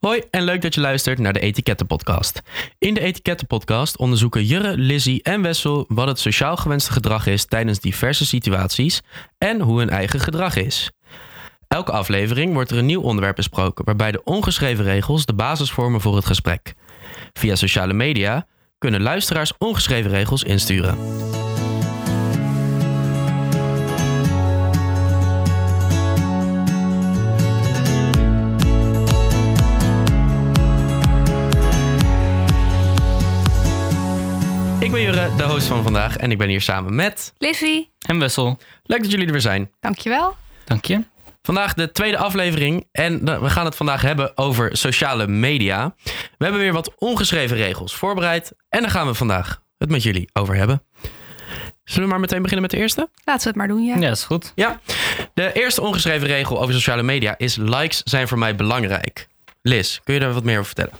Hoi en leuk dat je luistert naar de Etikettenpodcast. In de Etikettenpodcast onderzoeken Jurre, Lizzie en Wessel wat het sociaal gewenste gedrag is tijdens diverse situaties en hoe hun eigen gedrag is. Elke aflevering wordt er een nieuw onderwerp besproken waarbij de ongeschreven regels de basis vormen voor het gesprek. Via sociale media kunnen luisteraars ongeschreven regels insturen. Ik ben Jurre, de host van vandaag en ik ben hier samen met Lizzie en Wessel. Leuk dat jullie er weer zijn. Dankjewel. Dank je. Vandaag de tweede aflevering en we gaan het vandaag hebben over sociale media. We hebben weer wat ongeschreven regels voorbereid en daar gaan we vandaag het met jullie over hebben. Zullen we maar meteen beginnen met de eerste? Laten we het maar doen, ja. Ja, dat is goed. Ja. De eerste ongeschreven regel over sociale media is: likes zijn voor mij belangrijk. Liz, kun je daar wat meer over vertellen?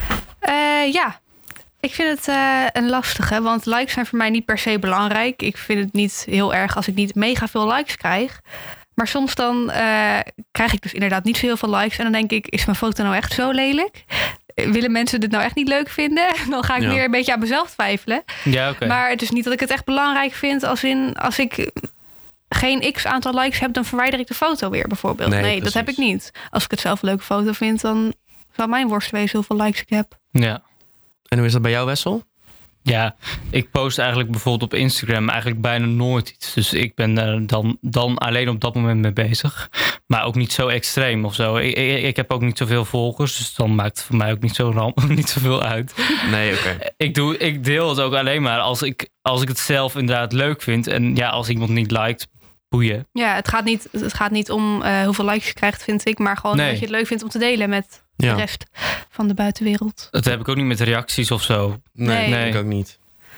Ja. Ik vind het een lastige, want likes zijn voor mij niet per se belangrijk. Ik vind het niet heel erg als ik niet mega veel likes krijg. Maar soms dan krijg ik dus inderdaad niet zo heel veel likes. En dan denk ik, is mijn foto nou echt zo lelijk? Willen mensen dit nou echt niet leuk vinden? Dan ga ik weer een beetje aan mezelf twijfelen. Ja, oké. Maar het is niet dat ik het echt belangrijk vind als ik geen x aantal likes heb, dan verwijder ik de foto weer bijvoorbeeld. Nee, dat heb ik niet. Als ik het zelf een leuke foto vind, dan zal mijn worst wezen hoeveel likes ik heb. Ja. En hoe is dat bij jou, Wessel? Ja, ik post eigenlijk bijvoorbeeld op Instagram eigenlijk bijna nooit iets. Dus ik ben er dan alleen op dat moment mee bezig. Maar ook niet zo extreem of zo. Ik heb ook niet zoveel volgers, dus dan maakt het voor mij ook niet zoveel uit. Nee, oké. Ik deel het ook alleen maar als ik het zelf inderdaad leuk vind. En ja, als iemand niet liked, boeien. Ja, het gaat niet om hoeveel likes je krijgt, vind ik. Maar gewoon dat je het leuk vindt om te delen met de rest van de buitenwereld. Dat heb ik ook niet met reacties of zo. Nee. Ik ook niet.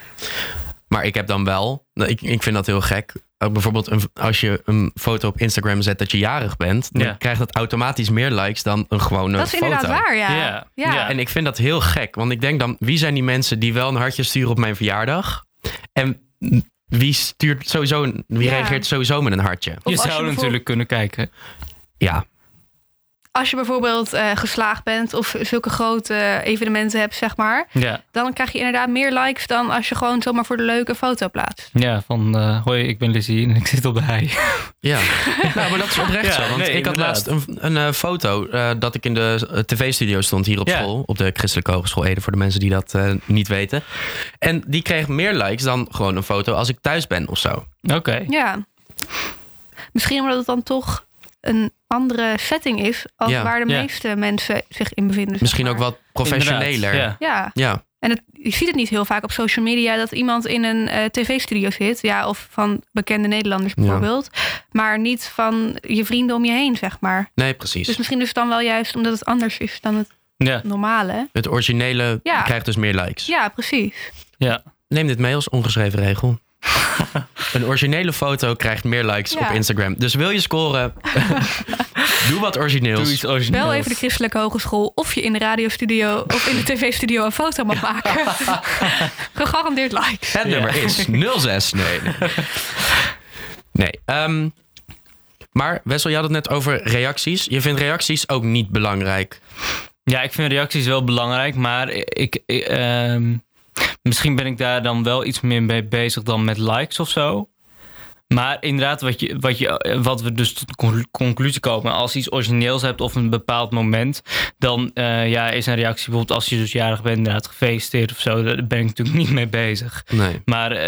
Maar ik heb dan wel, ik vind dat heel gek. Bijvoorbeeld als je een foto op Instagram zet dat je jarig bent, dan krijgt dat automatisch meer likes dan een gewone foto. Dat is inderdaad waar, ja. En ik vind dat heel gek, want ik denk dan, wie zijn die mensen die wel een hartje sturen op mijn verjaardag? En wie reageert sowieso met een hartje? Je zou natuurlijk kunnen kijken. Ja. Als je bijvoorbeeld geslaagd bent of zulke grote evenementen hebt, zeg maar. Ja. Dan krijg je inderdaad meer likes dan als je gewoon zomaar voor de leuke foto plaatst. Ja, van hoi, ik ben Lizzie en ik zit op de hei. Ja, nou, maar dat is oprecht zo. Want ik had laatst een foto dat ik in de tv-studio stond hier op school. Op de Christelijke Hogeschool Ede, voor de mensen die dat niet weten. En die kreeg meer likes dan gewoon een foto als ik thuis ben of zo. Oké. Ja. Misschien omdat het dan toch een andere setting is als waar de meeste mensen zich in bevinden. Misschien ook wat professioneler. Ja. En je ziet het niet heel vaak op social media dat iemand in een tv-studio zit. Ja, of van bekende Nederlanders bijvoorbeeld. Maar niet van je vrienden om je heen, zeg maar. Nee, precies. Dus misschien is het dan wel juist omdat het anders is dan het normale. Het originele krijgt dus meer likes. Ja, precies. Ja. Neem dit mee als ongeschreven regel. Een originele foto krijgt meer likes op Instagram. Dus wil je scoren, doe wat origineels. Doe iets origineels. Bel even de Christelijke Hogeschool of je in de radiostudio of in de tv-studio een foto mag maken. Gegarandeerd likes. Het nummer is 06. Nee. Maar Wessel, je had het net over reacties. Je vindt reacties ook niet belangrijk. Ja, ik vind reacties wel belangrijk, maar misschien ben ik daar dan wel iets meer mee bezig dan met likes of zo. Maar inderdaad, wat we dus tot de conclusie komen. Als je iets origineels hebt of een bepaald moment, dan is een reactie bijvoorbeeld als je dus jarig bent, inderdaad gefeliciteerd of zo. Daar ben ik natuurlijk niet mee bezig. Nee. Maar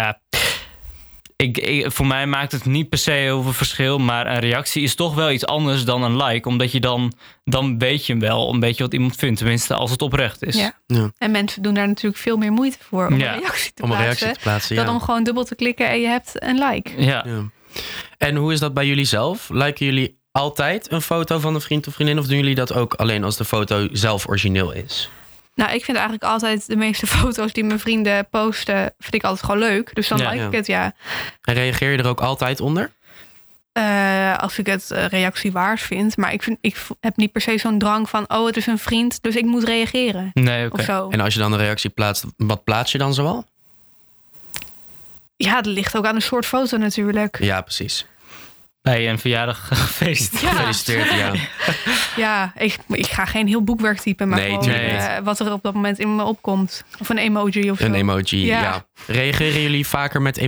voor mij maakt het niet per se heel veel verschil. Maar een reactie is toch wel iets anders dan een like. Omdat je dan weet je wel een beetje wat iemand vindt. Tenminste, als het oprecht is. Ja. En mensen doen daar natuurlijk veel meer moeite voor om een reactie te plaatsen. Dan om gewoon dubbel te klikken en je hebt een like. Ja. En hoe is dat bij jullie zelf? Liken jullie altijd een foto van een vriend of vriendin? Of doen jullie dat ook alleen als de foto zelf origineel is? Nou, ik vind eigenlijk altijd de meeste foto's die mijn vrienden posten, vind ik altijd gewoon leuk. Dus dan like ik het, En reageer je er ook altijd onder? Als ik het reactiewaardig vind. Maar ik heb niet per se zo'n drang van, het is een vriend, dus ik moet reageren. Nee, oké. Of zo. En als je dan een reactie plaatst, wat plaats je dan zoal? Ja, dat ligt ook aan een soort foto natuurlijk. Ja, precies. Bij een verjaardagfeest. Ja. Gefeliciteerd, ja. Ja, ik ga geen heel boekwerk typen, maar Nee, gewoon tuurlijk wat er op dat moment in me opkomt. Of een emoji of zo. Een emoji, Ja. ja. Reageren jullie vaker met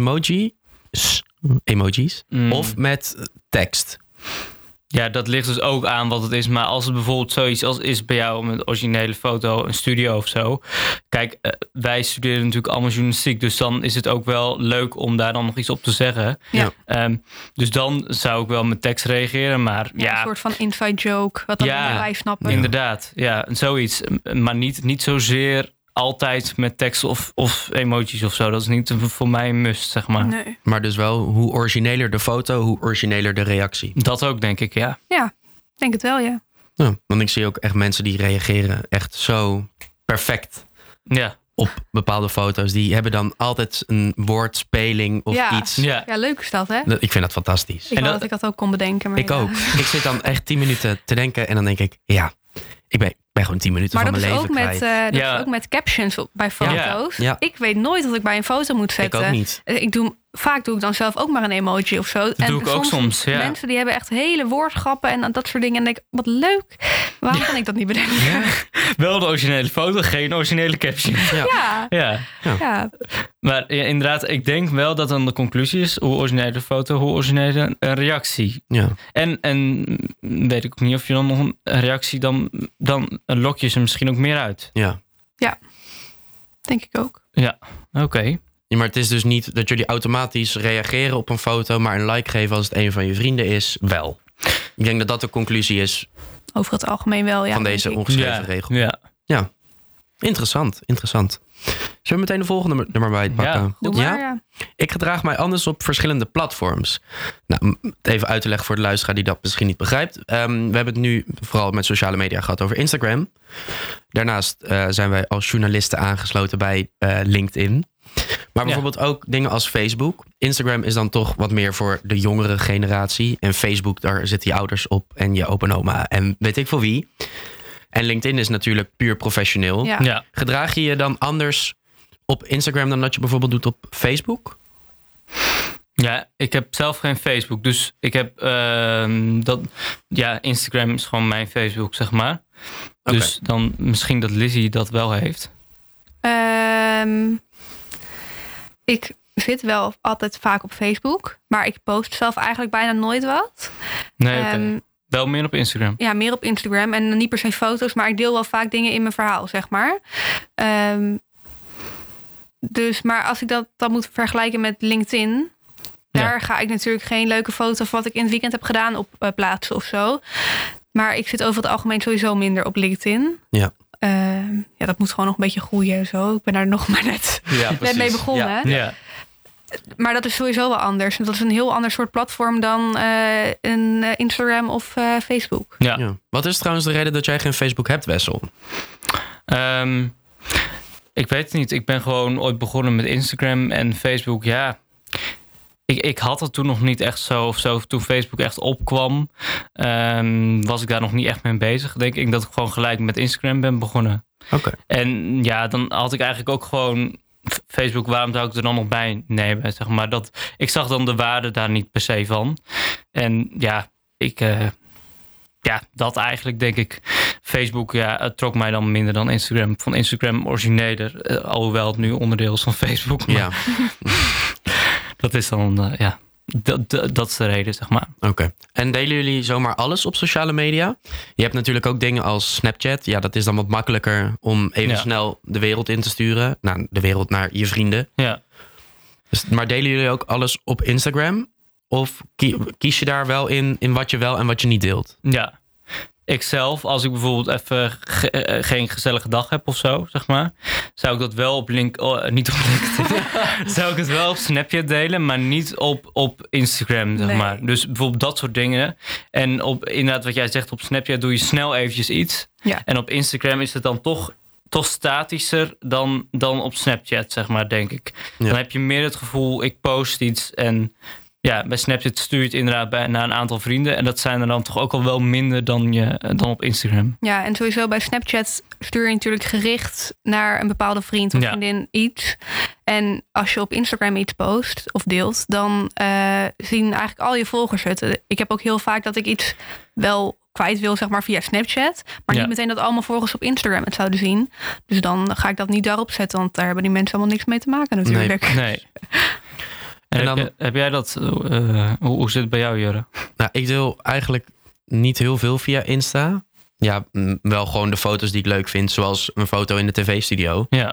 emojis? Of met tekst? Ja, dat ligt dus ook aan wat het is. Maar als het bijvoorbeeld zoiets als is bij jou met een originele foto, een studio of zo. Kijk, wij studeren natuurlijk allemaal journalistiek. Dus dan is het ook wel leuk om daar dan nog iets op te zeggen. Ja. Dus dan zou ik wel met tekst reageren. Maar Ja, een soort van inside joke, wat dan wij snappen. Inderdaad. Ja, zoiets. Maar niet zozeer altijd met tekst of emojis of zo. Dat is niet voor mij een must, zeg maar. Nee. Maar dus wel, hoe origineler de foto, hoe origineler de reactie. Dat ook, denk ik, ja. Ja, denk het wel, ja. Ja, want ik zie ook echt mensen die reageren echt zo perfect Ja. op bepaalde foto's. Die hebben dan altijd een woordspeling of Ja. iets. Ja. Ja, leuk is dat, hè? Ik vind dat fantastisch. Ik wou dat ik dat ook kon bedenken. Maar Ik ja. ook. Ik zit dan echt 10 minuten te denken en dan denk ik, ja, ik ben gewoon 10 minuten Maar van dat mijn is leven ook met, kwijt. dat is ook met captions bij foto's. Ja. Ik weet nooit wat ik bij een foto moet zetten. Ik ook niet. Vaak doe ik dan zelf ook maar een emoji of zo. Dat doe ik ook soms, ja. Mensen die hebben echt hele woordgrappen en dat soort dingen. En dan denk ik, wat leuk. Waarom kan ik dat niet bedenken? Ja. Wel de originele foto, geen originele caption. Ja. Maar ja, inderdaad, ik denk wel dat dan de conclusie is, hoe originele de foto, hoe originele een reactie. Ja. En weet ik ook niet of je dan nog een reactie, dan lok je ze misschien ook meer uit. Ja. Denk ik ook. Ja, oké. Ja, maar het is dus niet dat jullie automatisch reageren op een foto, maar een like geven als het een van je vrienden is, wel. Ik denk dat dat de conclusie is Over het algemeen wel, ja. van deze denk ik. ongeschreven regel. Ja. Interessant. Zullen we meteen de volgende er maar bij pakken? Ja. Doe maar, ja. Ik gedraag mij anders op verschillende platforms. Nou, om het even uit te leggen voor de luisteraar die dat misschien niet begrijpt. We hebben het nu vooral met sociale media gehad over Instagram. Daarnaast zijn wij als journalisten aangesloten bij LinkedIn. Maar bijvoorbeeld ook dingen als Facebook. Instagram is dan toch wat meer voor de jongere generatie. En Facebook, daar zitten je ouders op en je opa en oma en weet ik veel wie. En LinkedIn is natuurlijk puur professioneel. Ja. Ja. Gedraag je je dan anders op Instagram dan dat je bijvoorbeeld doet op Facebook? Ja, ik heb zelf geen Facebook. Dus ik heb Instagram is gewoon mijn Facebook, zeg maar. Oké. Dus dan misschien dat Lizzie dat wel heeft. Ik zit wel altijd vaak op Facebook. Maar ik post zelf eigenlijk bijna nooit wat. Nee, oké. Wel meer op Instagram. Ja, meer op Instagram. En niet per se foto's, maar ik deel wel vaak dingen in mijn verhaal, zeg maar. Maar als ik dat dan moet vergelijken met LinkedIn, daar ga ik natuurlijk geen leuke foto van wat ik in het weekend heb gedaan op plaatsen of zo. Maar ik zit over het algemeen sowieso minder op LinkedIn. Ja. Dat moet gewoon nog een beetje groeien en zo. Ik ben daar nog maar net mee begonnen. Ja. Maar dat is sowieso wel anders. Dat is een heel ander soort platform dan een Instagram of Facebook. Ja. Wat is trouwens de reden dat jij geen Facebook hebt, Wessel? Ik weet het niet. Ik ben gewoon ooit begonnen met Instagram en Facebook. Ja, ik had het toen nog niet echt zo of zo. Toen Facebook echt opkwam, was ik daar nog niet echt mee bezig. Denk ik dat ik gewoon gelijk met Instagram ben begonnen. Oké. En ja, dan had ik eigenlijk ook gewoon Facebook. Waarom zou ik er dan nog bij nemen? Zeg maar ik zag dan de waarde daar niet per se van. En ja, dat eigenlijk denk ik. Facebook, het trok mij dan minder dan Instagram. Van Instagram origineler. Alhoewel het nu onderdeel is van Facebook. Maar Ja. dat is dan, dat is de reden, zeg maar. Oké. En delen jullie zomaar alles op sociale media? Je hebt natuurlijk ook dingen als Snapchat. Ja, dat is dan wat makkelijker om even snel de wereld in te sturen. Nou, de wereld naar je vrienden. Ja. Dus, maar delen jullie ook alles op Instagram? Of kies je daar wel in wat je wel en wat je niet deelt? Ja. Ikzelf, als ik bijvoorbeeld even geen gezellige dag heb of zo, zeg maar, zou ik dat wel op niet op LinkedIn. Zou ik het wel op Snapchat delen, maar niet op Instagram, zeg maar. Dus bijvoorbeeld dat soort dingen. En inderdaad, wat jij zegt, op Snapchat doe je snel eventjes iets. Ja. En op Instagram is het dan toch statischer dan op Snapchat, zeg maar, denk ik. Ja. Dan heb je meer het gevoel, ik post iets en Ja, bij Snapchat stuur je het inderdaad naar een aantal vrienden. En dat zijn er dan toch ook al wel minder dan op Instagram. Ja, en sowieso bij Snapchat stuur je natuurlijk gericht naar een bepaalde vriend of vriendin iets. En als je op Instagram iets post of deelt, dan zien eigenlijk al je volgers het. Ik heb ook heel vaak dat ik iets wel kwijt wil, zeg maar, via Snapchat. Maar niet meteen dat allemaal volgers op Instagram het zouden zien. Dus dan ga ik dat niet daarop zetten, want daar hebben die mensen allemaal niks mee te maken natuurlijk. Nee. En dan, heb jij dat? Hoe zit het bij jou, Jurre? Nou, ik deel eigenlijk niet heel veel via Insta. Ja, wel gewoon de foto's die ik leuk vind, zoals een foto in de tv-studio. Ja.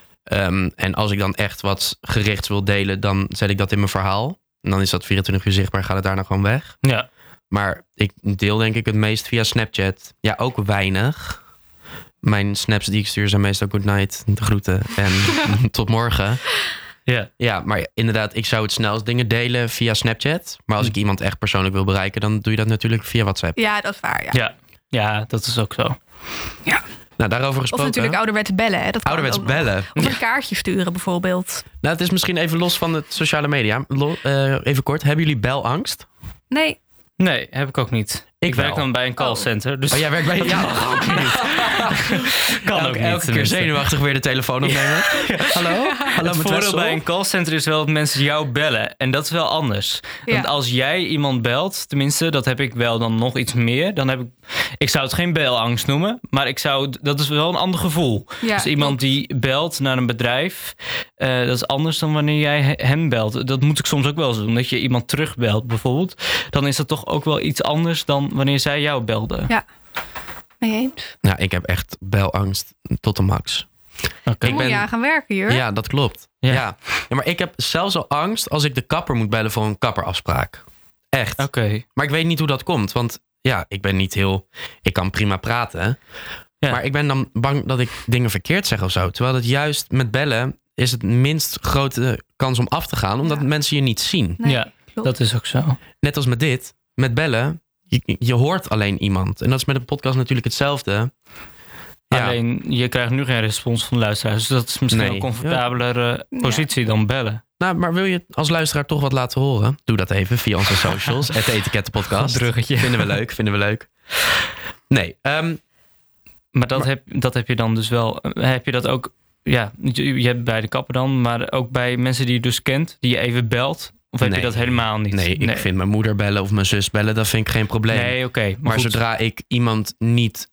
En als ik dan echt wat gerichts wil delen, dan zet ik dat in mijn verhaal. En dan is dat 24 uur zichtbaar, gaat het daarna gewoon weg. Ja. Maar ik deel denk ik het meest via Snapchat. Ja, ook weinig. Mijn snaps die ik stuur zijn meestal good night, de groeten en tot morgen. Ja. Ja, maar inderdaad, ik zou het snelst dingen delen via Snapchat. Maar als ik iemand echt persoonlijk wil bereiken, dan doe je dat natuurlijk via WhatsApp. Ja, dat is waar, Ja, dat is ook zo. Ja. Nou, daarover gesproken. Of natuurlijk ouderwets bellen. Hè? Dat kan ouderwets bellen. Of een kaartje sturen bijvoorbeeld. Nou, het is misschien even los van de sociale media. Even kort, hebben jullie belangst? Nee, heb ik ook niet. Ik werk dan bij een callcenter. Dus... Oh, jij werkt bij... Ja, ook niet. Kan ook niet. Elke keer zenuwachtig weer de telefoon opnemen. Hallo? Het voordeel bij een callcenter is wel dat mensen jou bellen. En dat is wel anders. Ja. Want als jij iemand belt, tenminste, dat heb ik wel dan nog iets meer. Dan heb ik zou het geen belangst noemen. Maar dat is wel een ander gevoel. Ja, dus iemand die belt naar een bedrijf, dat is anders dan wanneer jij hem belt. Dat moet ik soms ook wel eens doen. Dat je iemand terugbelt bijvoorbeeld. Dan is dat toch ook wel iets anders dan wanneer zij jou belden. Ja. Mee eens? Ja, ik heb echt belangst tot de max. Okay. Moet je aan gaan werken hier? Ja, dat klopt. Ja, maar ik heb zelfs al angst als ik de kapper moet bellen voor een kapperafspraak. Echt. Oké. Maar ik weet niet hoe dat komt. Want ja, ik ben niet heel... Ik kan prima praten. Ja. Maar ik ben dan bang dat ik dingen verkeerd zeg of zo. Terwijl het juist met bellen is het minst grote kans om af te gaan. Omdat mensen je niet zien. Nee, ja, klopt. Dat is ook zo. Net als met dit. Met bellen. Je hoort alleen iemand. En dat is met een podcast natuurlijk hetzelfde. Ja. Alleen, je krijgt nu geen respons van de luisteraars. Dus dat is misschien een comfortabelere positie dan bellen. Nou, maar wil je als luisteraar toch wat laten horen? Doe dat even via onze socials. Het Etikettenpodcast. Bruggetje. Vinden we leuk. Nee. Maar dat heb je dan dus wel... Heb je dat ook... Ja, je hebt bij de kapper dan. Maar ook bij mensen die je dus kent. Die je even belt. Of heb je dat helemaal niet? Nee, ik vind mijn moeder bellen of mijn zus bellen. Dat vind ik geen probleem. Nee, oké. Maar zodra ik iemand niet...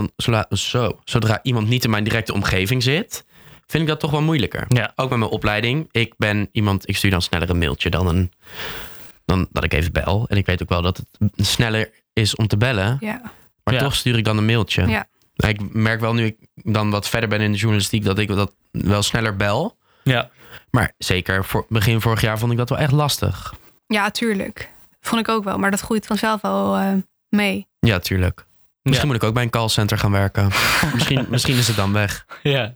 Zodra iemand niet in mijn directe omgeving zit... vind ik dat toch wel moeilijker. Ja. Ook met mijn opleiding. Ik stuur dan sneller een mailtje dan dat ik even bel. En ik weet ook wel dat het sneller is om te bellen. Ja. Maar toch stuur ik dan een mailtje. Ja. Ik merk wel nu ik dan wat verder ben in de journalistiek... dat ik dat wel sneller bel. Ja. Maar zeker begin vorig jaar vond ik dat wel echt lastig. Ja, tuurlijk. Vond ik ook wel. Maar dat groeit vanzelf wel mee. Ja, tuurlijk. Misschien moet ik ook bij een callcenter gaan werken. misschien is het dan weg. Ja.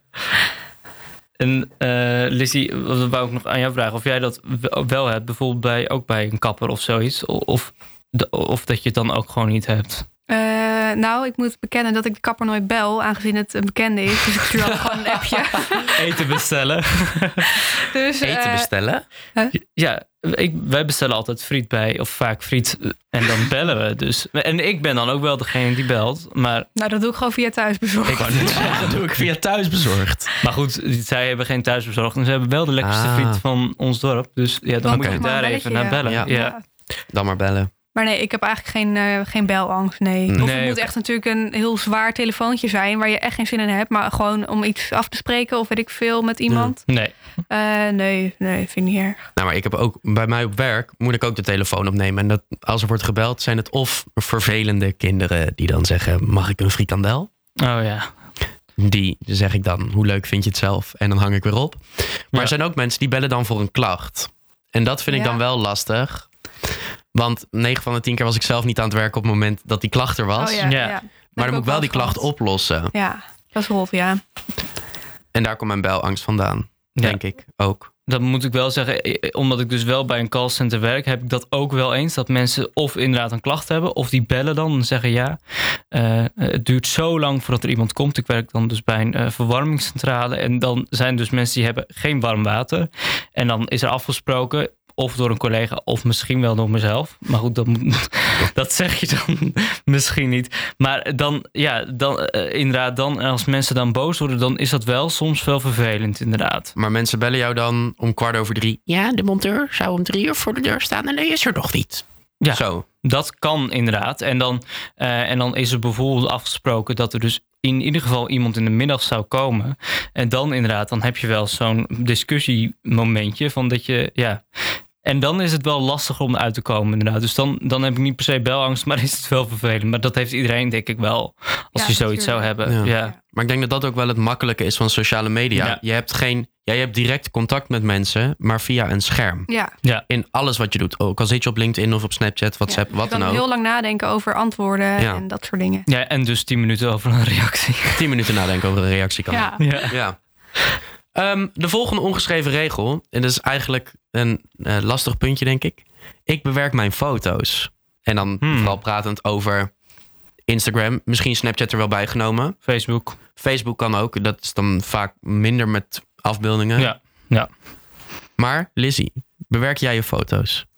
En Lizzie, wat wou ik nog aan jou vragen? Of jij dat wel hebt, bijvoorbeeld ook bij een kapper of zoiets? Of dat je het dan ook gewoon niet hebt? Nou, ik moet bekennen dat ik de kapper nooit bel, aangezien het een bekende is. Dus ik stuur altijd gewoon een appje. Eten bestellen. Dus, Eten bestellen? Ja, wij bestellen altijd friet bij, of vaak friet. En dan bellen we dus. En ik ben dan ook wel degene die belt. Maar... Nou, dat doe ik gewoon via thuisbezorgd. Ik wou net zeggen, dat doe ik via thuisbezorgd. Maar goed, zij hebben geen thuisbezorgd. En ze hebben wel de lekkerste friet van ons dorp. Dus ja, dan moet je daar even naar bellen. Ja. Dan maar bellen. Maar nee, ik heb eigenlijk geen belangst, nee. Of het moet echt natuurlijk een heel zwaar telefoontje zijn... waar je echt geen zin in hebt. Maar gewoon om iets af te spreken of weet ik veel met iemand. Nee. Nee, vind ik niet erg. Nou, maar ik heb ook bij mij op werk moet ik ook de telefoon opnemen. En als er wordt gebeld, zijn het of vervelende kinderen die dan zeggen... mag ik een frikandel? Oh ja. Die zeg ik dan, hoe leuk vind je het zelf? En dan hang ik weer op. Maar er zijn ook mensen die bellen dan voor een klacht. En dat vind ik dan wel lastig... Want 9 van de 10 keer was ik zelf niet aan het werken op het moment dat die klacht er was. Oh, ja. Maar dan moet ik wel die klacht oplossen. Ja, dat is rof, ja. En daar komt mijn belangst vandaan, denk ik ook. Dat moet ik wel zeggen, omdat ik dus wel bij een callcenter werk... heb ik dat ook wel eens, dat mensen of inderdaad een klacht hebben... of die bellen dan en zeggen ja. Het duurt zo lang voordat er iemand komt. Ik werk dan dus bij een verwarmingscentrale... en dan zijn dus mensen die hebben geen warm water. En dan is er afgesproken... Of door een collega, of misschien wel door mezelf. Maar goed, dat zeg je dan misschien niet. Maar dan, inderdaad, dan als mensen dan boos worden, dan is dat wel soms wel vervelend, inderdaad. Maar mensen bellen jou dan om 2:15. Ja, de monteur zou om 3 uur voor de deur staan en hij is er nog niet. Ja, Zo. dat kan inderdaad. En dan is er bijvoorbeeld afgesproken dat er dus in ieder geval iemand in de middag zou komen. En dan inderdaad, dan heb je wel zo'n discussiemomentje van dat je, ja. En dan is het wel lastig om eruit te komen, inderdaad. Dus dan heb ik niet per se belangst, maar is het wel vervelend. Maar dat heeft iedereen, denk ik wel, als je zoiets zou hebben. Ja. Maar ik denk dat dat ook wel het makkelijke is van sociale media. Ja. Je hebt direct contact met mensen, maar via een scherm. Ja. In alles wat je doet. Ook al zit je op LinkedIn of op Snapchat, WhatsApp, wat dan ook. Je kan heel lang nadenken over antwoorden en dat soort dingen. Ja, en dus 10 minuten over een reactie. 10 minuten nadenken over een reactie kan. Ja. De volgende ongeschreven regel, en dat is eigenlijk een lastig puntje, denk ik. Ik bewerk mijn foto's. En dan vooral pratend over Instagram. Misschien Snapchat er wel bij genomen. Facebook kan ook. Dat is dan vaak minder met afbeeldingen. Ja. Maar Lizzie, bewerk jij je foto's?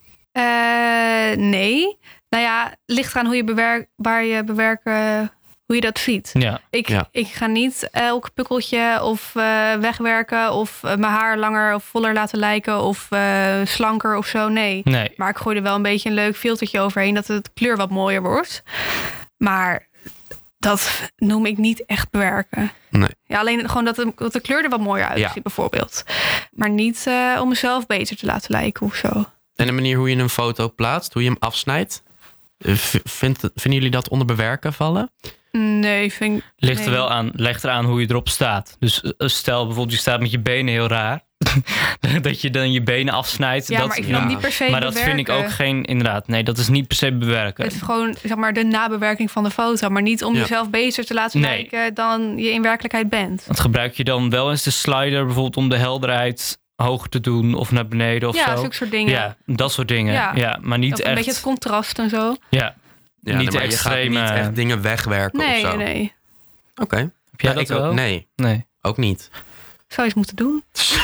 Nee. Nou ja, ligt eraan hoe je bewerken, hoe je dat ziet. Ja. Ik ga niet elk pukkeltje of wegwerken of mijn haar langer of voller laten lijken of slanker of zo. Nee. Maar ik gooi er wel een beetje een leuk filtertje overheen dat het kleur wat mooier wordt. Maar dat noem ik niet echt bewerken. Nee. Ja, alleen gewoon dat de kleur er wat mooier uitziet bijvoorbeeld. Maar niet om mezelf beter te laten lijken of zo. En de manier hoe je een foto plaatst, hoe je hem afsnijdt. Vinden jullie dat onder bewerken vallen? Nee, Ligt er wel aan, ligt eraan hoe je erop staat. Dus stel bijvoorbeeld, je staat met je benen heel raar. Dat je dan je benen afsnijdt. Ja, maar ik vind het niet per se maar bewerken. Dat vind ik ook geen, inderdaad. Nee, dat is niet per se bewerken. Het is gewoon, zeg maar, de nabewerking van de foto. Maar niet om jezelf beter te laten lijken dan je in werkelijkheid bent. Want gebruik je dan wel eens de slider bijvoorbeeld om de helderheid hoger te doen of naar beneden of zo? Ja, zulke soort dingen. Ja, dat soort dingen. Ja, maar niet of echt. Een beetje het contrast en zo. Ja, niet maar extreme. Je gaat niet echt dingen wegwerken of zo. Nee. Oké. Heb jij dat wel? Nee, ook niet. Zou je eens moeten doen?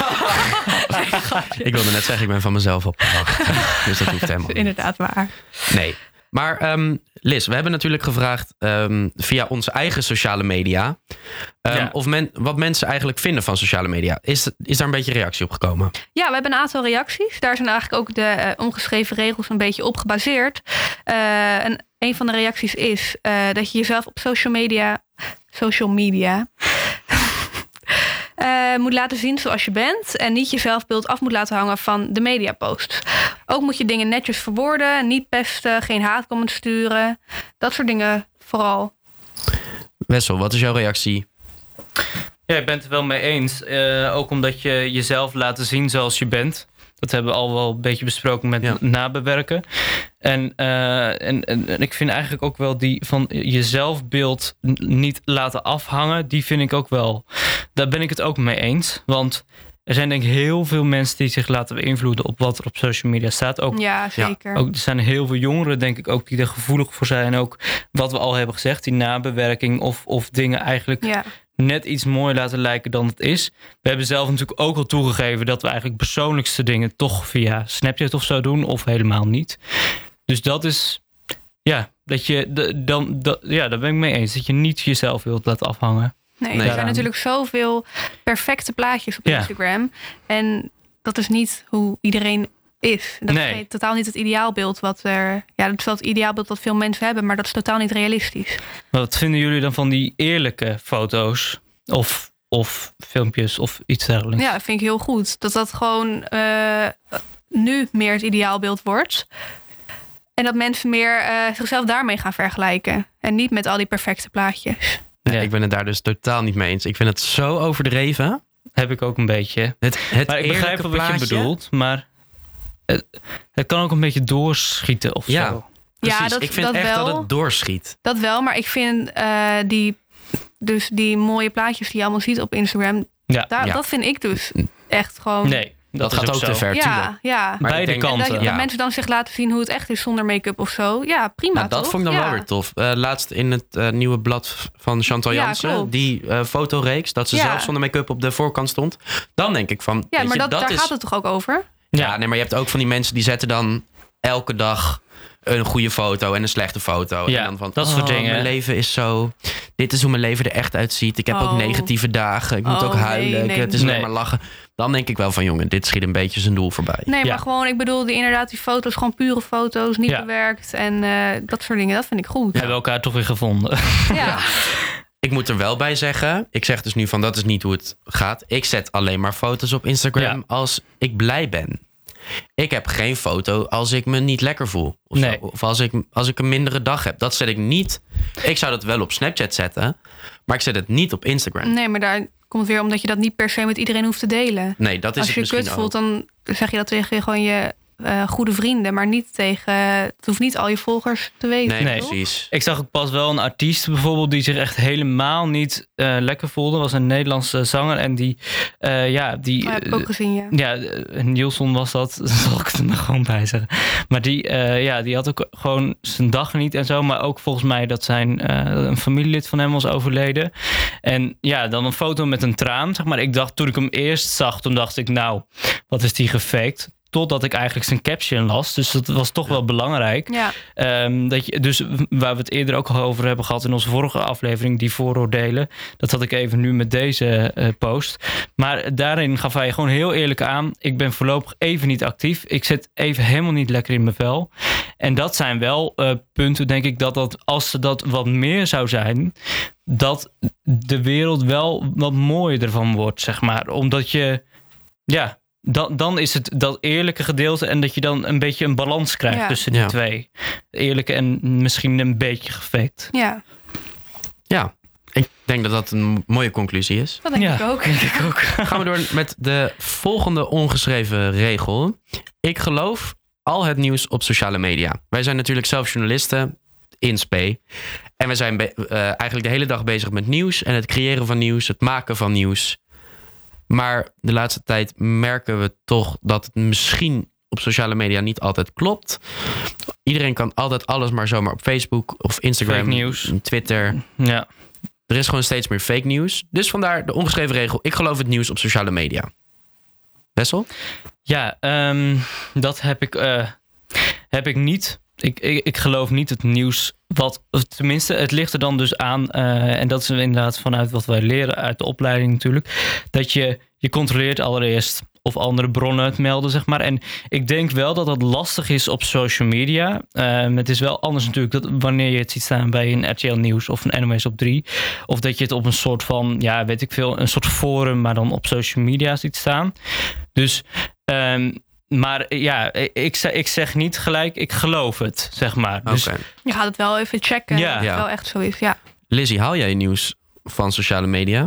Ik wilde net zeggen, ik ben van mezelf opgewacht. Dus dat hoeft helemaal niet. Inderdaad waar. Nee. Maar Liz, we hebben natuurlijk gevraagd via onze eigen sociale media. Wat mensen eigenlijk vinden van sociale media. Is daar een beetje reactie op gekomen? Ja, we hebben een aantal reacties. Daar zijn eigenlijk ook de ongeschreven regels een beetje op gebaseerd. En een van de reacties is dat je jezelf op social media moet laten zien zoals je bent. En niet je zelfbeeld af moet laten hangen van de mediaposts. Ook moet je dingen netjes verwoorden. Niet pesten, geen haatcomments sturen. Dat soort dingen vooral. Wessel, wat is jouw reactie? Ja, ik ben het er wel mee eens. Ook omdat je jezelf laat zien zoals je bent. Dat hebben we al wel een beetje besproken met nabewerken. En ik vind eigenlijk ook wel die van je zelfbeeld niet laten afhangen. Die vind ik ook wel. Daar ben ik het ook mee eens. Want er zijn denk ik heel veel mensen die zich laten beïnvloeden op wat er op social media staat. Ook, ja, zeker. Ook, er zijn heel veel jongeren denk ik ook die er gevoelig voor zijn. Ook wat we al hebben gezegd, die nabewerking of dingen eigenlijk... Ja. Net iets mooier laten lijken dan het is. We hebben zelf natuurlijk ook al toegegeven dat we eigenlijk persoonlijkste dingen toch via Snapchat of zo doen, of helemaal niet. Dus dat is, ja, dat je daar ben ik mee eens. Dat je niet jezelf wilt laten afhangen. Nee, er zijn natuurlijk zoveel perfecte plaatjes op Instagram. En dat is niet hoe iedereen is. Dat is totaal niet het ideaalbeeld wat er... Ja, dat is wel het ideaalbeeld dat veel mensen hebben, maar dat is totaal niet realistisch. Maar wat vinden jullie dan van die eerlijke foto's? Of filmpjes of iets dergelijks? Ja, dat vind ik heel goed. Dat gewoon nu meer het ideaalbeeld wordt. En dat mensen meer zichzelf daarmee gaan vergelijken. En niet met al die perfecte plaatjes. Ja. Ik ben het daar dus totaal niet mee eens. Ik vind het zo overdreven. Heb ik ook een beetje. Maar ik begrijp wel wat je bedoelt, maar... Het kan ook een beetje doorschieten of zo. Precies. Ja, ik vind echt dat het doorschiet. Dat wel, maar ik vind die mooie plaatjes die je allemaal ziet op Instagram... Dat vind ik dus echt gewoon... Nee, dat gaat ook te ver. Ja. Maar beide kanten. Dat mensen dan zich laten zien hoe het echt is zonder make-up of zo. Ja, prima, nou, dat toch? vond ik dan wel weer tof. Laatst in het nieuwe blad van Chantal Jansen, die fotoreeks, dat ze zelf zonder make-up op de voorkant stond. Dan denk ik van... Ja, maar daar gaat het toch ook over? Ja, nee, maar je hebt ook van die mensen die zetten dan elke dag een goede foto en een slechte foto. Ja, en dan van, dat soort dingen. Mijn leven is zo... Dit is hoe mijn leven er echt uitziet. Ik heb ook negatieve dagen. Ik moet ook huilen. Nee. Het is alleen maar lachen. Dan denk ik wel van, jongen, dit schiet een beetje zijn doel voorbij. Nee, Ja. maar gewoon, ik bedoel, inderdaad, die foto's, gewoon pure foto's, niet bewerkt. En dat soort dingen, dat vind ik goed. We hebben elkaar toch weer gevonden. Ja. Ik moet er wel bij zeggen, ik zeg dus nu van, dat is niet hoe het gaat. Ik zet alleen maar foto's op Instagram als ik blij ben. Ik heb geen foto als ik me niet lekker voel. Of, Nee. of als ik een mindere dag heb. Dat zet ik niet. Ik zou dat wel op Snapchat zetten. Maar ik zet het niet op Instagram. Nee, maar daar komt het weer omdat je dat niet per se met iedereen hoeft te delen. Nee, dat is Als het je misschien kut voelt, ook. dan zeg je dat tegen gewoon je goede vrienden. Maar niet tegen... Het hoeft niet al je volgers te weten. Nee, toch? precies. Ik zag ook pas wel een artiest bijvoorbeeld die zich echt helemaal niet lekker voelde. Dat was een Nederlandse zanger en die... Dat heb ik ook gezien, ja. Ja, Nielsen was dat. Zal ik er nog gewoon bij zeggen. Maar die had ook gewoon zijn dag niet en zo. Maar ook volgens mij dat een familielid van hem was overleden. En ja, dan een foto met een traan. Zeg maar. Ik dacht, toen ik hem eerst zag, toen dacht ik, nou, wat is die gefaked? Totdat ik eigenlijk zijn caption las. Dus dat was toch wel belangrijk. Ja. Dus waar we het eerder ook al over hebben gehad in onze vorige aflevering, die vooroordelen. Dat had ik even nu met deze post. Maar daarin gaf hij gewoon heel eerlijk aan. Ik ben voorlopig even niet actief. Ik zit even helemaal niet lekker in mijn vel. En dat zijn wel punten, denk ik, dat als dat wat meer zou zijn, dat de wereld wel wat mooier ervan wordt, zeg maar. Omdat je, ja, dan is het dat eerlijke gedeelte en dat je dan een beetje een balans krijgt tussen die twee. Eerlijke en misschien een beetje gefaked. Ja, Ja, ik denk dat dat een mooie conclusie is. dat denk ik ook. Denk ik ook. Gaan we door met de volgende ongeschreven regel. Ik geloof al het nieuws op sociale media. Wij zijn natuurlijk zelf journalisten in SP. En we zijn eigenlijk de hele dag bezig met nieuws en het creëren van nieuws, het maken van nieuws. Maar de laatste tijd merken we toch dat het misschien op sociale media niet altijd klopt. Iedereen kan altijd alles maar zomaar op Facebook of Instagram, Fake nieuws. Twitter. Ja. Er is gewoon steeds meer fake nieuws. Dus vandaar de ongeschreven regel. Ik geloof het nieuws op sociale media. Wessel? Ja, dat heb ik niet. Ik geloof niet het nieuws. Tenminste, het ligt er dan dus aan. En dat is inderdaad vanuit wat wij leren uit de opleiding natuurlijk. Dat je controleert allereerst of andere bronnen het melden, zeg maar. En ik denk wel dat dat lastig is op social media. Het is wel anders natuurlijk dat wanneer je het ziet staan bij een RTL Nieuws of een NOS op 3. Of dat je het op een soort van, ja, weet ik veel, een soort forum, maar dan op social media ziet staan. Dus, maar ja, ik zeg niet gelijk, ik geloof het, zeg maar. Dus, Oké. Je gaat het wel even checken. Ja. Of het wel echt zo is, ja. Lizzie, haal jij nieuws van sociale media?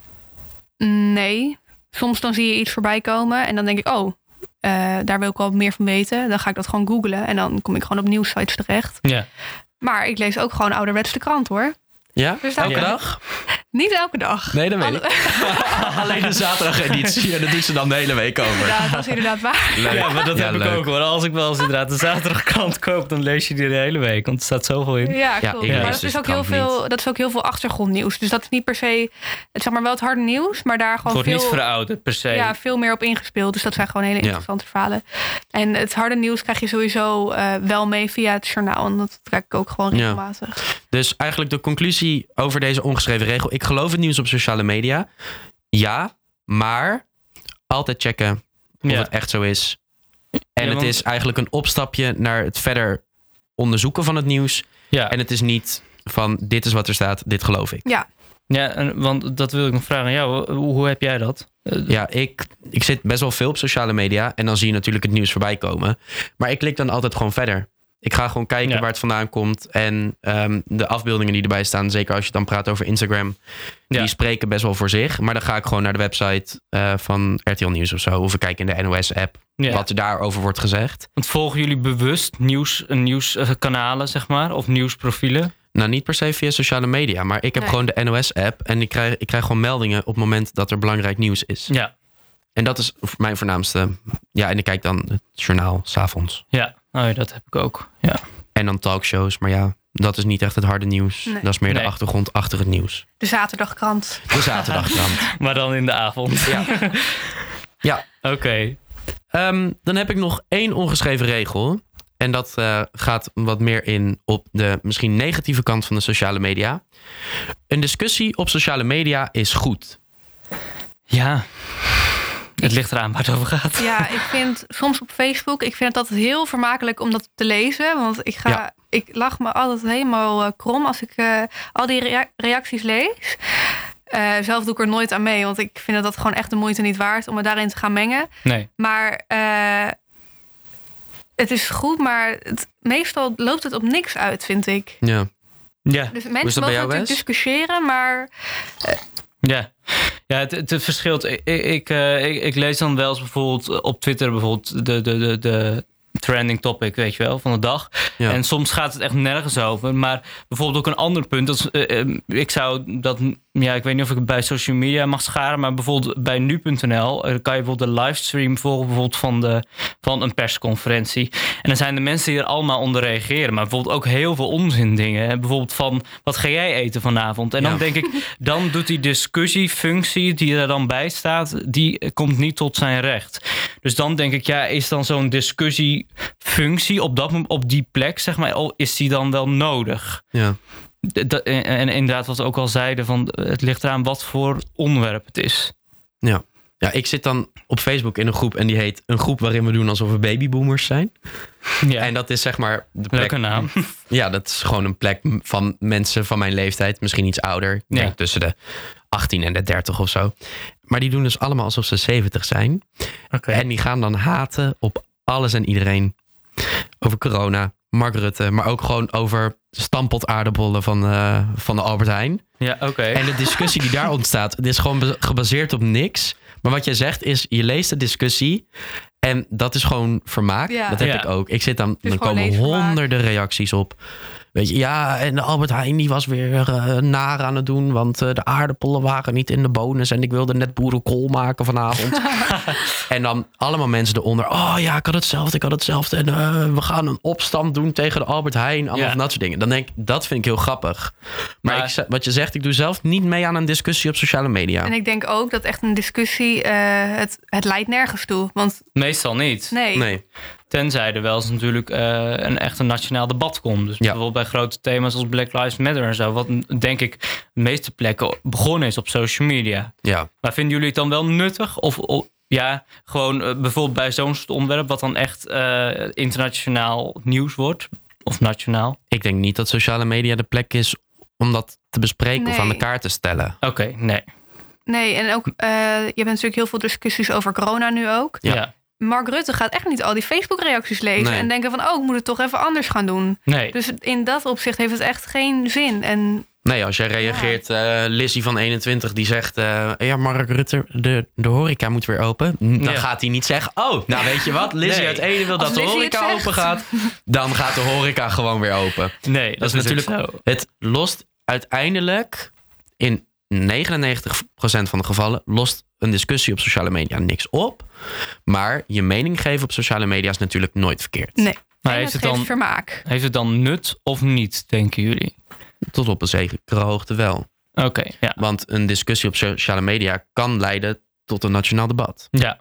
Nee. Soms dan zie je iets voorbij komen en dan denk ik, daar wil ik wel meer van weten. Dan ga ik dat gewoon googlen en dan kom ik gewoon op nieuwssites terecht. ja. Maar ik lees ook gewoon ouderwets de krant, hoor. Ja? Dus daar- Elke Ja. dag? Niet elke dag. Nee, dat weet ik. Alleen de zaterdageditie. En dat doet ze dan de hele week over. Ja, dat is inderdaad waar. Leuk. Ja, maar dat heb leuk. ik ook hoor. Als ik wel eens inderdaad de zaterdagkrant koop, dan lees je die de hele week. Want er staat zoveel in. Ja, Ja, klopt. ik Maar lees dat dus is, ook de heel krant veel, dat is ook heel veel achtergrondnieuws. Dus dat is niet per se, zeg maar wel het harde nieuws, maar daar Het gewoon wordt niet veel, verouderd per se. veel meer op ingespeeld. Dus dat zijn gewoon hele interessante verhalen. En het harde nieuws krijg je sowieso wel mee via het journaal. En dat krijg ik ook gewoon Ja. regelmatig. Dus eigenlijk de conclusie over deze ongeschreven regel. Ik geloof het nieuws op sociale media. Ja, maar altijd checken of Ja. het echt zo is. En Ja, het want- is eigenlijk een opstapje naar het verder onderzoeken van het nieuws. Ja. En het is niet van dit is wat er staat, dit geloof ik. Ja, Ja, want dat wil ik nog vragen aan jou. Hoe heb jij dat? Ja, ik zit best wel veel op sociale media. En dan zie je natuurlijk het nieuws voorbij komen. Maar ik klik dan altijd gewoon verder. Ik ga gewoon kijken waar het vandaan komt. En de afbeeldingen die erbij staan, zeker als je dan praat over Instagram, die spreken best wel voor zich. Maar dan ga ik gewoon naar de website van RTL Nieuws of zo. Of ik kijk in de NOS-app wat er daarover wordt gezegd. Want volgen jullie bewust nieuwskanalen, zeg maar? Of nieuwsprofielen? Nou, niet per se via sociale media. Maar ik heb gewoon de NOS-app. En ik krijg gewoon meldingen op het moment dat er belangrijk nieuws is. Ja. En dat is mijn voornaamste. Ja, en ik kijk dan het journaal 's avonds. Ja, dat heb ik ook. Ja. En dan talkshows. Maar ja, dat is niet echt het harde nieuws. Nee. Dat is meer de achtergrond achter het nieuws. de zaterdagkrant. De zaterdagkrant. Maar dan in de avond. Ja. Ja. Oké. Dan heb ik nog 1 ongeschreven regel. En dat gaat wat meer in op de misschien negatieve kant van de sociale media. Een discussie op sociale media is goed. Ja, het ligt eraan waar het over gaat. Ja, ik vind soms op Facebook, ik vind het altijd heel vermakelijk om dat te lezen. Want ik lach me altijd helemaal krom als ik al die reacties lees. Zelf doe ik er nooit aan mee, want ik vind dat gewoon echt de moeite niet waard om me daarin te gaan mengen. Nee. Maar het is goed, maar meestal loopt het op niks uit, vind ik. Ja. Dus mensen mogen natuurlijk discussiëren, maar... Ja, het verschilt. Ik lees dan wel eens bijvoorbeeld op Twitter bijvoorbeeld de trending topic, weet je wel, van de dag. Ja. En soms gaat het echt nergens over. Maar bijvoorbeeld ook een ander punt. Dat ik zou dat... Ja, ik weet niet of ik het bij social media mag scharen. Maar bijvoorbeeld bij nu.nl kan je bijvoorbeeld de livestream volgen bijvoorbeeld van een persconferentie. En dan zijn de mensen die er allemaal onder reageren. Maar bijvoorbeeld ook heel veel onzin dingen. Hè? Bijvoorbeeld van, wat ga jij eten vanavond? En dan denk ik, dan doet die discussiefunctie die er dan bij staat, die komt niet tot zijn recht. Dus dan denk ik, is dan zo'n discussiefunctie op die plek, zeg maar, is die dan wel nodig? Ja. En inderdaad, wat we ook al zeiden, van het ligt eraan wat voor onderwerp het is. Ja, ik zit dan op Facebook in een groep en die heet een groep waarin we doen alsof we babyboomers zijn. Ja. En dat is zeg maar de plek. Leuke naam. Ja, dat is gewoon een plek van mensen van mijn leeftijd, misschien iets ouder. Ik denk tussen de 18 en de 30 of zo. Maar die doen dus allemaal alsof ze 70 zijn. Okay. En die gaan dan haten op alles en iedereen. Over corona, Mark Rutte, maar ook gewoon over stampot aardappelen van de Albert Heijn. Ja, oké. En de discussie die daar ontstaat, het is gewoon gebaseerd op niks. Maar wat jij zegt is, je leest de discussie en dat is gewoon vermaak. Ja. Dat heb ik ook. Ik zit dan komen honderden reacties op. Weet je, en de Albert Heijn die was weer naar aan het doen, want de aardappelen waren niet in de bonus en ik wilde net boerenkool maken vanavond. En dan allemaal mensen eronder. Oh ja, ik had hetzelfde. En we gaan een opstand doen tegen de Albert Heijn. Allemaal van dat soort dingen. Dan denk ik, dat vind ik heel grappig. Maar wat je zegt, ik doe zelf niet mee aan een discussie op sociale media. En ik denk ook dat echt een discussie, het leidt nergens toe. Want meestal niet. Nee. Tenzij er wel eens natuurlijk een echt een nationaal debat komt. Dus bijvoorbeeld bij grote thema's als Black Lives Matter en zo. Wat denk ik de meeste plekken begonnen is op social media. Ja. Maar vinden jullie het dan wel nuttig? Of gewoon bijvoorbeeld bij zo'n soort onderwerp wat dan echt internationaal nieuws wordt? Of nationaal? Ik denk niet dat sociale media de plek is om dat te bespreken of aan de kaart te stellen. Oké, nee. Nee, en ook je hebt natuurlijk heel veel discussies over corona nu ook. Ja. Mark Rutte gaat echt niet al die Facebook-reacties lezen en denken van, ik moet het toch even anders gaan doen. Nee. Dus in dat opzicht heeft het echt geen zin. En nee, als jij reageert, Lizzie van 21 die zegt, Mark Rutte, de horeca moet weer open. Dan gaat hij niet zeggen, nou weet je wat, Lizzie uit Ede wil dat de horeca open gaat. Dan gaat de horeca gewoon weer open. Nee, dat is natuurlijk zo. Het lost uiteindelijk in 99% van de gevallen lost een discussie op sociale media niks op. Maar je mening geven op sociale media is natuurlijk nooit verkeerd. Nee, maar heeft het dan vermaak. Heeft het dan nut of niet, denken jullie? Tot op een zekere hoogte wel. Oké, ja. Want een discussie op sociale media kan leiden tot een nationaal debat. Ja.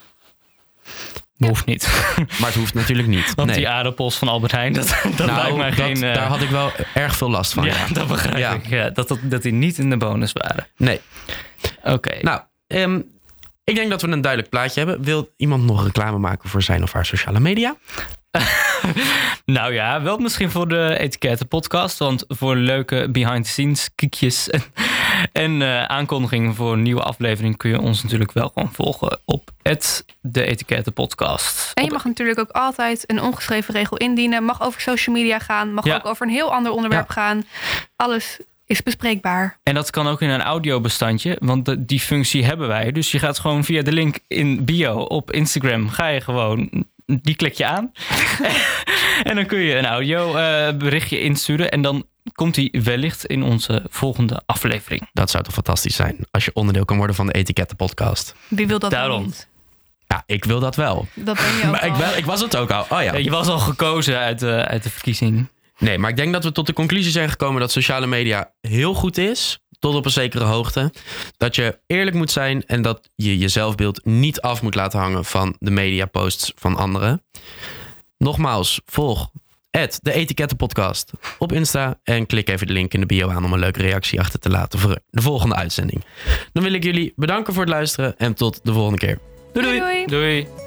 Hoeft niet. Maar het hoeft natuurlijk niet. Want die aardappels van Albert Heijn, dat lijkt mij geen... Daar had ik wel erg veel last van. Ja, dat begrijp ik. Ja, dat die niet in de bonus waren. Nee. Oké. Nou, ik denk dat we een duidelijk plaatje hebben. Wil iemand nog reclame maken voor zijn of haar sociale media? Nou ja, wel misschien voor de Etiketten podcast. Want voor leuke behind-the-scenes kiekjes en aankondigingen voor een nieuwe aflevering kun je ons natuurlijk wel gewoon volgen op de Etiketten podcast. En je mag natuurlijk ook altijd een ongeschreven regel indienen. Mag over social media gaan. Mag ook over een heel ander onderwerp gaan. Alles is bespreekbaar. En dat kan ook in een audiobestandje, want die functie hebben wij. Dus je gaat gewoon via de link in bio op Instagram, ga je gewoon, die klik je aan. En dan kun je een audio berichtje insturen en dan komt die wellicht in onze volgende aflevering. Dat zou toch fantastisch zijn, als je onderdeel kan worden van de Etiketten podcast. Wie wil dat dan niet? Ja, ik wil dat wel. Dat ben je ook maar ik was het ook al. Oh ja. Je was al gekozen uit de verkiezing. Nee, maar ik denk dat we tot de conclusie zijn gekomen dat sociale media heel goed is. tot op een zekere hoogte. Dat je eerlijk moet zijn en dat je je zelfbeeld niet af moet laten hangen van de mediaposts van anderen. Nogmaals, volg de Etikettenpodcast op Insta en klik even de link in de bio aan om een leuke reactie achter te laten voor de volgende uitzending. Dan wil ik jullie bedanken voor het luisteren en tot de volgende keer. Doei doei! Doei!